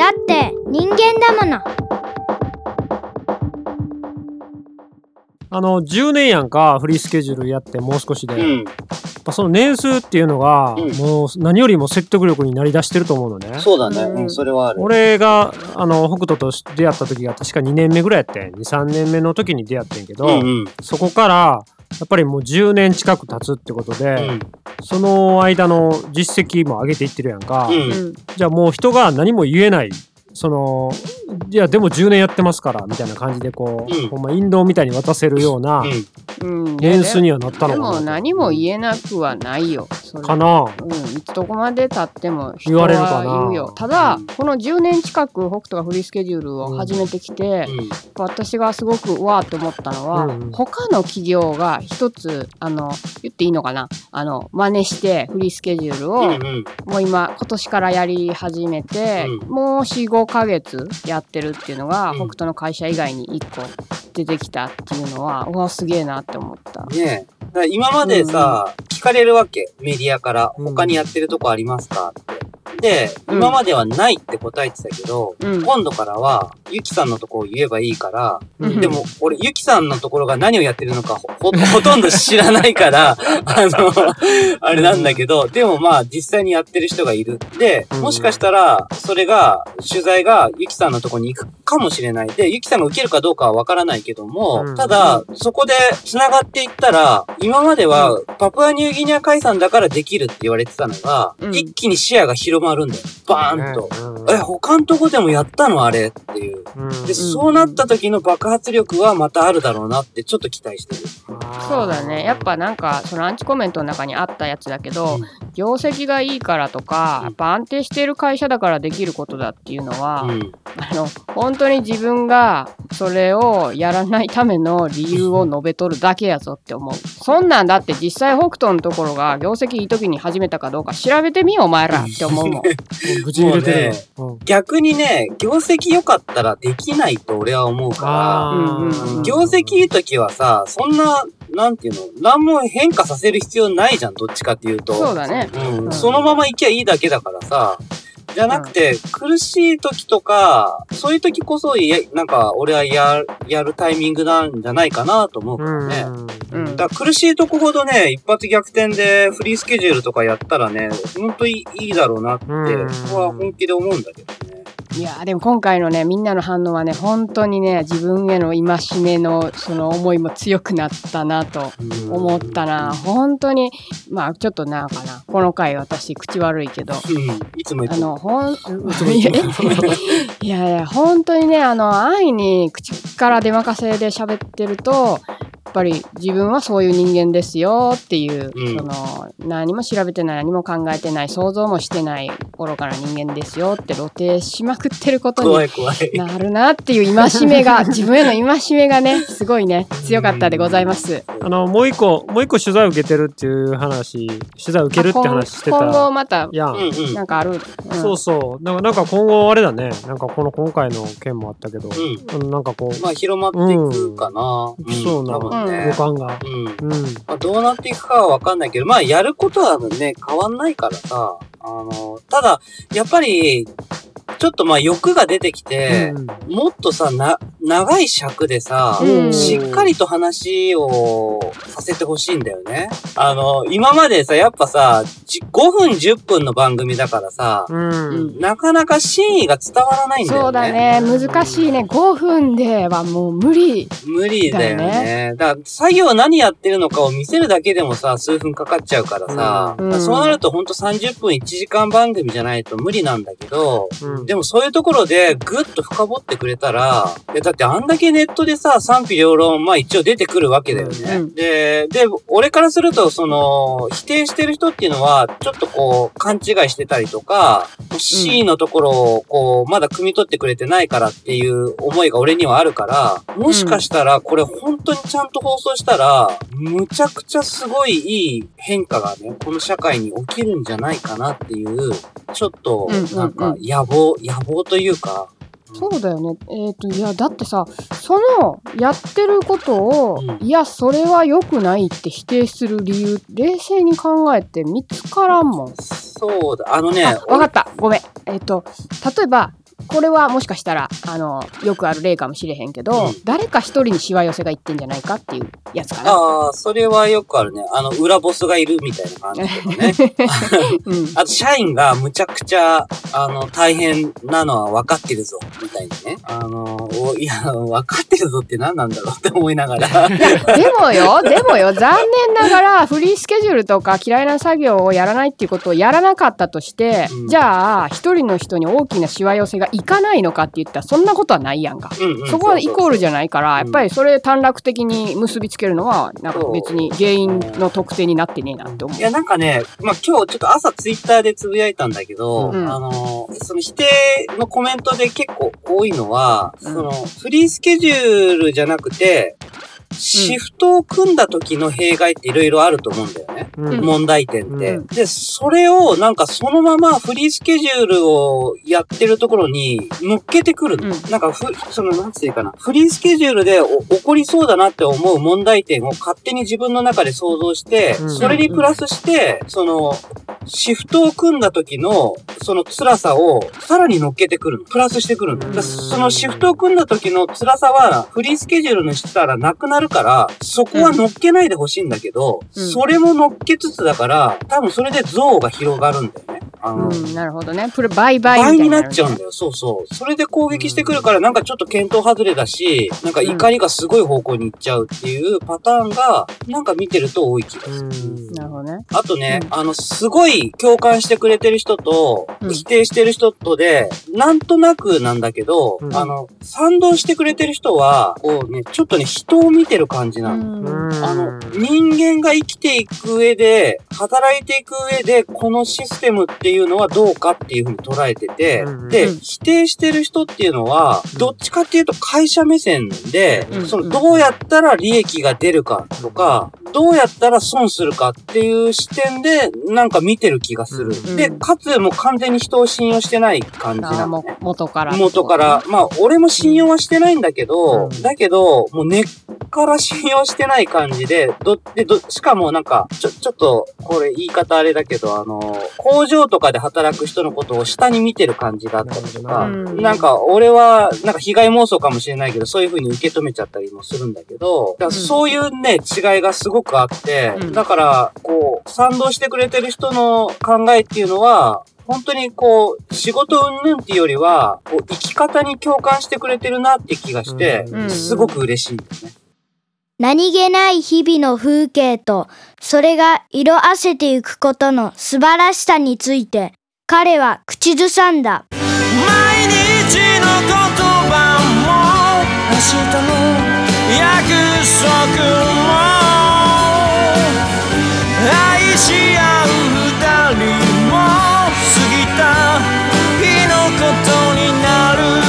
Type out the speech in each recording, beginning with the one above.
だって人間だもの。 10年やんか、フリースケジュールやってもう少しで、やっぱその年数っていうのが、もう何よりも説得力になりだしてると思うのね。 そうだね、それはある。 俺が北斗と出会った時が確か2年目ぐらいやってん、2、3年目の時に出会ってんけど、そこからやっぱりもう10年近く経つってことで、その間の実績も上げていってるやんか、じゃあもう人が何も言えない、いやでも10年やってますからみたいな感じでこう、ほんま引導みたいに渡せるような年数にはなったのかな。 でも何も言えなくはないよ。 かな。 いつどこまで経っても人は言うよ。ただこの10年近く北斗がフリースケジュールを始めてきて、私がすごくうわーって思ったのは、他の企業が一つ言っていいのかな、真似してフリースケジュールを、もう今年からやり始めて、もう4、5ヶ月やってるっていうのが、北斗の会社以外に1個出てきたっていうのは、うわすげえなって思った。 ねえ。だから今までさ、聞かれるわけ、メディアから。他にやってるとこありますかって。で、今まではないって答えてたけど、今度からは、ゆきさんのところを言えばいいから、でも、俺、ゆきさんのところが何をやってるのかほとんど知らないから、あれなんだけど、でもまあ、実際にやってる人がいる。で、もしかしたら、それが、取材がゆきさんのところに行くかもしれない。で、ゆきさんが受けるかどうかはわからないけども、ただ、そこで繋がっていったら、今までは、パプアニューギニア海産だからできるって言われてたのが、一気に視野が広まるんだよ。バーンと。他のとこでもやったのあれっていう。で、そうなった時の爆発力はまたあるだろうなってちょっと期待してる。 そうだね。やっぱなんか、そのアンチコメントの中にあったやつだけど、業績がいいからとか、やっぱ安定している会社だからできることだっていうのは、本当に自分がそれをやらないための理由を述べとるだけやぞって思う。そんなんだって実際北斗のところが業績いい時に始めたかどうか調べてみよお前らって思うもん。 ぶち入れてるよ。逆にね、業績良かったらできないと俺は思うから、業績いい時はさ、そんな、なんていうの、何も変化させる必要ないじゃん、どっちかっていうと。 そうだね。 そのまま行きゃいいだけだからさ、じゃなくて、苦しい時とか、そういう時こそ、なんか、俺はやるタイミングなんじゃないかなと思うからね。だから苦しいとこほどね、一発逆転でフリースケジュールとかやったらね、ほんといいだろうなって、僕は本気で思うんだけどね。 いやでも今回のね、みんなの反応はね、本当にね、自分への戒めのその思いも強くなったなと思ったな。本当に、まあちょっとなんかな、この回私口悪いけど、 いつもいやいや、本当にね、安易に口から出任せで喋ってると、やっぱり自分はそういう人間ですよっていう、何も調べてない、何も考えてない、想像もしてない愚かな人間ですよって露呈しまくってることになるなっていう戒めが、自分への戒めがね、すごいね、強かったでございます。 もう一個取材受けてるっていう話、取材受けるって話してた。 今後また、なんかある。 そうそう。なんか今後あれだね、なんか今回の件もあったけど、なんかこう。 まあ広まっていくかな。 そうな。予感が。 まあ、どうなっていくかはわかんないけど、まあやることはね、変わんないからさ、ただ、やっぱり、ちょっとまあ欲が出てきて、もっとさ、長い尺でさ、しっかりと話をさせてほしいんだよね。今までさ、やっぱさ、5分10分の番組だからさ、なかなか真意が伝わらないんだよね。 そうだね。難しいね。5分ではもう無理。 無理だよね。だから作業何やってるのかを見せるだけでもさ、数分かかっちゃうからさ、そうなるとほんと30分1時間番組じゃないと無理なんだけど、でもそういうところでぐっと深掘ってくれたら、だってあんだけネットでさ、賛否両論、まあ一応出てくるわけだよね。で、俺からすると、否定してる人っていうのは、ちょっとこう、勘違いしてたりとか、C のところをこう、まだ汲み取ってくれてないからっていう思いが俺にはあるから、もしかしたらこれ本当にちゃんと放送したら、むちゃくちゃすごいいい変化がね、この社会に起きるんじゃないかなっていう、ちょっと、なんか野望というか、 そうだよね。いや、だってさ、やってることを、いや、それは良くないって否定する理由、冷静に考えて見つからんもん。 そうだ、 わかった。ごめん。例えば、 これはもしかしたらよくある例かもしれへんけど、誰か一人にしわ寄せがいってんじゃないかっていうやつかな。 ああ、それはよくあるね。裏ボスがいるみたいな感じとかね。あと、社員がむちゃくちゃ、大変なのは分かってるぞ、みたいなね。いや、分かってるぞって何なんだろうって思いながら。 でもよ、残念ながら、フリースケジュールとか嫌いな作業をやらないっていうことをやらなかったとして、じゃあ、一人の人に大きなしわ寄せがいかないのかって言ったら、そんなことはないやんか。そこはイコールじゃないから、やっぱりそれ短絡的に結びつけるのは、なんか別に原因の特定になってねえなって思う。 いや、なんかね、まあ、今日ちょっと朝ツイッターでつぶやいたんだけど、その否定のコメントで結構多いのは、フリースケジュールじゃなくて、シフトを組んだ時の弊害っていろいろあると思うんだよね。問題点って。で、それをなんかそのままフリースケジュールをやってるところに乗っけてくるの。なんかなんつうかな。フリースケジュールで起こりそうだなって思う問題点を勝手に自分の中で想像して、それにプラスして、シフトを組んだ時の、その辛さをさらに乗っけてくるの。プラスしてくるの。そのシフトを組んだ時の辛さは、フリースケジュールにしたらなくなるから、そこは乗っけないでほしいんだけど、それも乗っけつつだから、多分それで像が広がるんだよね。 なるほどね。倍になっちゃうんだよ。そうそう。それで攻撃してくるから、なんかちょっと見当外れだし、なんか怒りがすごい方向に行っちゃうっていうパターンが、なんか見てると多い気がする。 なるほどね。 あとね、すごい共感してくれてる人と、否定してる人とで、なんとなくなんだけど、賛同してくれてる人は、こうね、ちょっとね、人を見てる感じなの。人間が生きていく上で、働いていく上で、このシステムっていうのはどうかっていうふうに捉えてて、で、否定してる人っていうのは、どっちかっていうと会社目線で、どうやったら利益が出るかとか、どうやったら損するかっていう視点で、なんか見てる気がする。で、かつもう完全に人を信用してない感じなの、ね。 元から。 まあ、俺も信用はしてないんだけど、もう根っから信用してない感じで、しかもなんか、ちょっと、これ言い方あれだけど、工場とかで働く人のことを下に見てる感じがあったりとか、なんか俺は、なんか被害妄想かもしれないけど、そういう風に受け止めちゃったりもするんだけど、だからそういうね、違いがすごくあって、だから、こう、賛同してくれてる人の考えっていうのは、本当にこう、仕事云々っていうよりは、こう、生き方に共感してくれてるなって気がして、すごく嬉しいですね。 何気ない日々の風景と、それが色あせていくことの素晴らしさについて、彼は口ずさんだ。 毎日の言葉も、明日の約束も、愛し合う二人も、過ぎた日のことになる。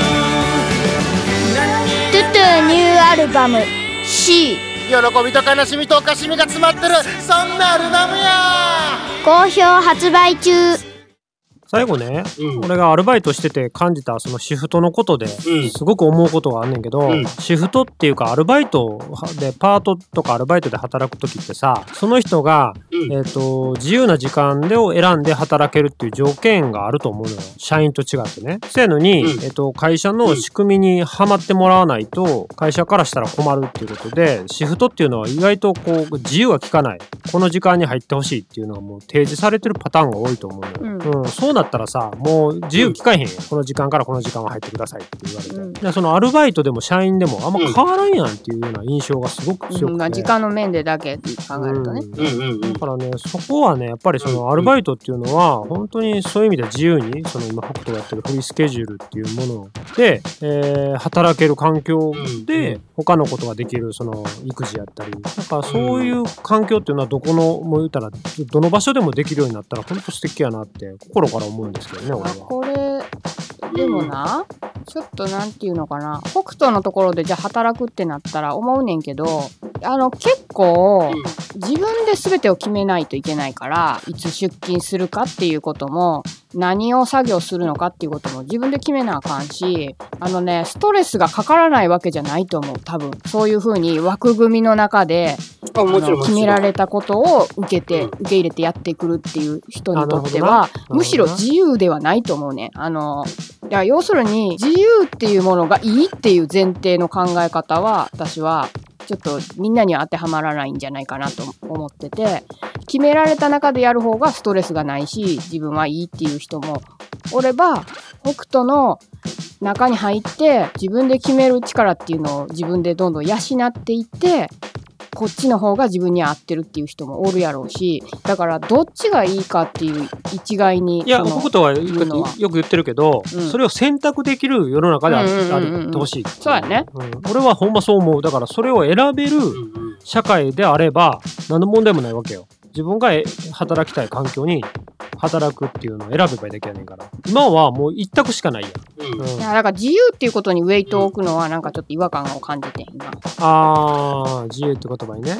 トゥトゥニューアルバム C、 喜びと悲しみとおかしみが詰まってる、そんなアルバムや。 好評発売中。 最後ね、俺がアルバイトしてて感じたそのシフトのことですごく思うことがあんねんけど、シフトっていうかアルバイトでパートとかアルバイトで働く時ってさ、その人が、自由な時間を選んで働けるっていう条件があると思うのよ、社員と違ってね。そうやのに、会社の仕組みにはまってもらわないと会社からしたら困るっていうことで、シフトっていうのは意外とこう自由が利かない、この時間に入ってほしいっていうのがもう提示されてるパターンが多いと思うのよ。そうだったらさ、もう自由聞かへんよ、この時間からこの時間は入ってくださいって言われて、そのアルバイトでも社員でもあんま変わらんやんっていうような印象がすごく強くて、 時間の面でだけ考えるとね、 だからね、そこはねやっぱりそのアルバイトっていうのは本当にそういう意味で自由に、その今北斗がやってるフリースケジュールっていうもので、働ける環境で他のことができる、その育児やったり、なんかそういう環境っていうのはどこのもう言ったらどの場所でもできるようになったら本当素敵やなって心から思うんですけどね、俺は。 これでもな、ちょっとなんていうのかな、北斗のところでじゃあ働くってなったら思うねんけど、結構自分で全てを決めないといけないから、いつ出勤するかっていうことも何を作業するのかっていうことも自分で決めなあかんし、ストレスがかからないわけじゃないと思う。多分そういう風に枠組みの中で決められたことを受け入れてやってくるっていう人にとってはむしろ自由ではないと思うね。 いや要するに自由っていうものがいいっていう前提の考え方は私はちょっとみんなには当てはまらないんじゃないかなと思ってて、決められた中でやる方がストレスがないし自分はいいっていう人もおれば、北斗の中に入って自分で決める力っていうのを自分でどんどん養っていってこっちの方が自分に合ってるっていう人もおるやろうし、だからどっちがいいかっていう一概にいや北斗はよく言ってるけど、それを選択できる世の中であってほしい。 そうやね、 俺はほんまそう思う。だからそれを選べる社会であれば何の問題もないわけよ。自分が働きたい環境に働くっていうのを選べばいいだけやねんから。今はもう一択しかないやん。 いやだから自由っていうことにウェイトを置くのはなんかちょっと違和感を感じてん今。 自由って言葉にね。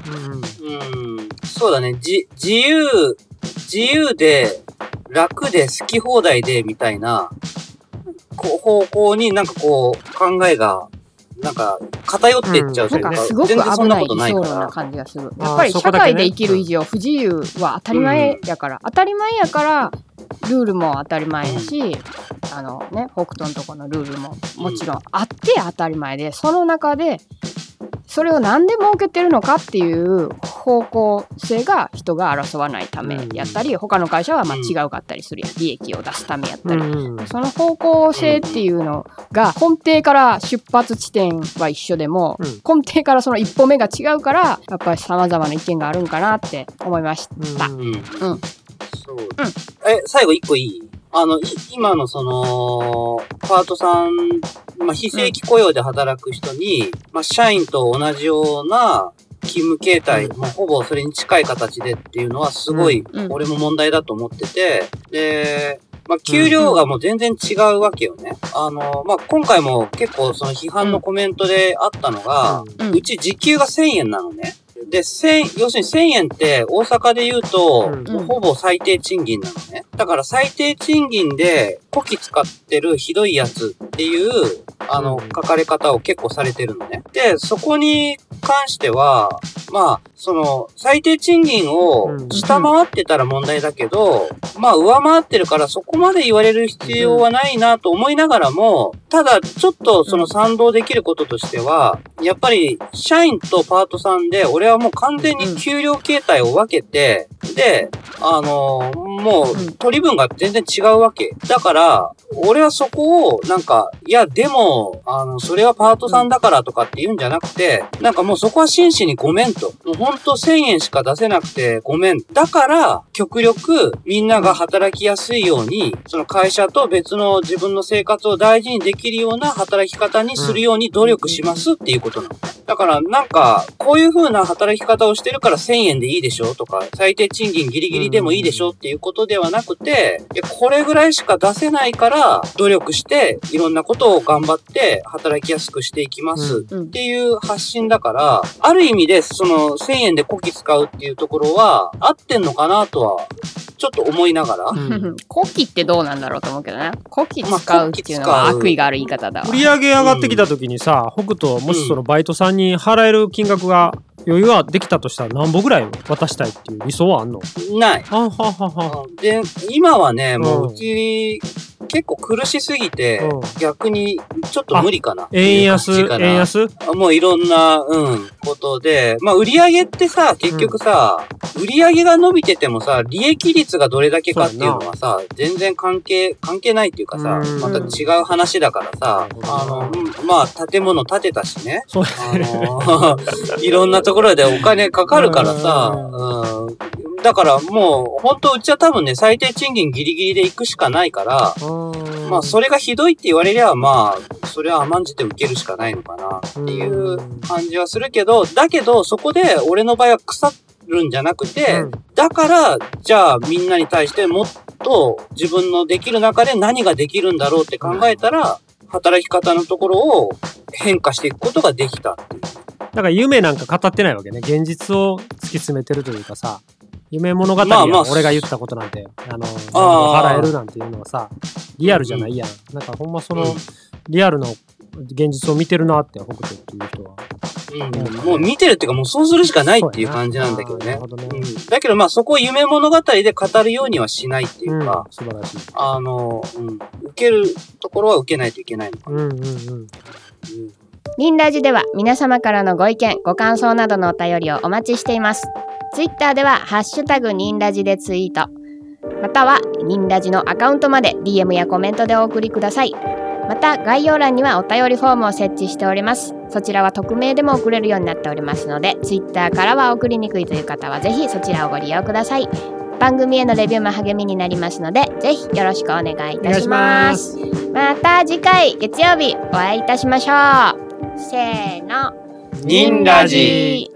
そうだね。自由で楽で好き放題でみたいな方向になんかこう考えがなんか偏っていっちゃうというか、 なんかすごく危ない理想論な感じがする。やっぱり社会で生きる以上不自由は当たり前やから、当たり前やからルールも当たり前やし、北斗のとこのルールももちろんあって当たり前で、その中でそれをなんで設けてるのかっていう方向性が人が争わないためやったり、他の会社はまあ違うかったりするやん、利益を出すためやったり、その方向性っていうのが根底から出発地点は一緒でも、根底からその一歩目が違うからやっぱり様々な意見があるんかなって思いました。 そう。最後一個いい？今のそのパートさん、非正規雇用で働く人に、社員と同じような勤務形態、ほぼそれに近い形でっていうのはすごい、俺も問題だと思ってて、で、給料がもう全然違うわけよね。今回も結構その批判のコメントであったのが、うち時給が1000円なのね。で、要するに1000円って大阪で言うと、ほぼ最低賃金なのね。だから最低賃金でこき使ってるひどいやつっていう、書かれ方を結構されてるのね。で、そこに関しては、その、最低賃金を下回ってたら問題だけど、上回ってるからそこまで言われる必要はないなと思いながらも、ただ、ちょっとその賛同できることとしては、やっぱり、社員とパートさんで、俺はもう完全に給料形態を分けて、で、もう、取り分が全然違うわけ。だから、俺はそこを、いや、でも、それはパートさんだからとかって言うんじゃなくて、もうそこは真摯にごめんと。もうほんと1000円しか出せなくてごめん。だから、極力みんなが働きやすいように、その会社と別の自分の生活を大事にできるような働き方にするように努力しますっていうことなの。だからこういう風な働き方をしてるから1000円でいいでしょとか、最低賃金ギリギリでもいいでしょっていうことではなくて、これぐらいしか出せないから努力していろんなことを頑張って働きやすくしていきますっていう発信だから、ある意味でその1000円でこき使うっていうところは合ってんのかなとはちょっと思いながら。 こきってどうなんだろうと思うけどね。こき使うっていうのは悪意がある言い方だわ。 売り上げ上がってきた時にさ、北斗もしそのバイトさんに払える金額が余裕ができたとしたら何本ぐらい渡したいっていう理想はあんの？ ない。で、今はね、もううち結構苦しすぎて、逆にちょっと無理かな。 円安もういろんな、ことで、売り上げってさ、結局さ、売り上げが伸びててもさ、利益率がどれだけかっていうのはさ、全然関係ないっていうかさ、また違う話だからさ、建物建てたしね。いろんなところでお金かかるからさ、だからもう、本当うちは多分ね、最低賃金ギリギリで行くしかないから、それがひどいって言われりゃ、それは甘んじて受けるしかないのかなっていう感じはするけど、だけど、そこで俺の場合は腐るんじゃなくて、だから、じゃあみんなに対してもっと自分のできる中で何ができるんだろうって考えたら、働き方のところを変化していくことができたっていう。 だから夢なんか語ってないわけね。現実を突き詰めてるというかさ、夢物語や俺が言ったことなんて、払えるなんていうのはさ、リアルじゃないやん。ほんまその、リアルの現実を見てるなって、北斗っていう人は。 もう見てるっていうかもうそうするしかないっていう感じなんだけどね。だけどまあそこを夢物語で語るようにはしないっていうか、 素晴らしい。 受けるところは受けないといけないのかな。 ニンラジでは皆様からのご意見、ご感想などのお便りをお待ちしています。ツイッターではハッシュタグニンラジでツイート、またはニンラジのアカウントまで DM やコメントでお送りください。また概要欄にはお便りフォームを設置しております。そちらは匿名でも送れるようになっておりますので、ツイッターからは送りにくいという方はぜひそちらをご利用ください。番組へのレビューも励みになりますので、ぜひよろしくお願いいたします。また次回月曜日お会いいたしましょう。せーの、 ニンラジ。